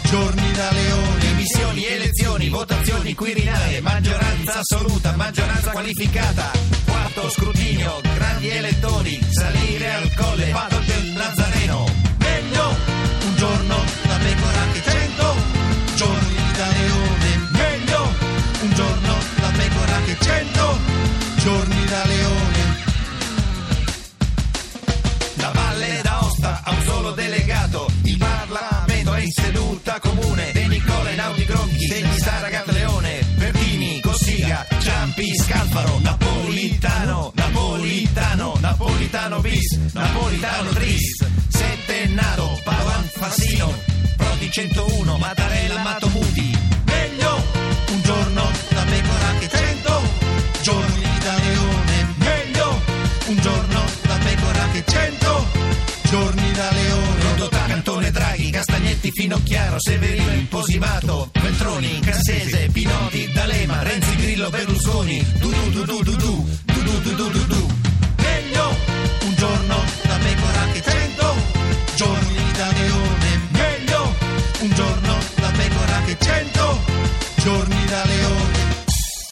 giorni da leone. Dimissioni, elezioni, votazioni, Quirinale, maggioranza assoluta, maggioranza qualificata, quarto scrutinio, grandi elettori, salire al colle, vado del Nazareno. Meglio un giorno da pecora che 100 giorni da leone. Meglio un giorno da pecora che 100 giorni da leone. Da Valle d'Aosta a un solo delegato, il Parlamento è in seduta comune. De Nicola, Einaudi, Gronchi, Degni, Saragat, Leone, Verdini, Cossiga, Ciampi, Scalfaro, Napolitano, Napolitano, Napolitano bis, Napolitano tris, Settennato, Pavan, Fassino, Prodi 101, Mattarella, Mattomuti. Meglio un giorno da pecora che 100 giorni da leone. Meglio un giorno da pecora che 100 giorni da leone. Rodotà, Cantone, Draghi, Castagnetti, Finocchiaro, Severino, Imposimato, Veltroni, Cassese, Pinotti, D'Alema, Renzi, Grillo, Berlusconi, Dudu,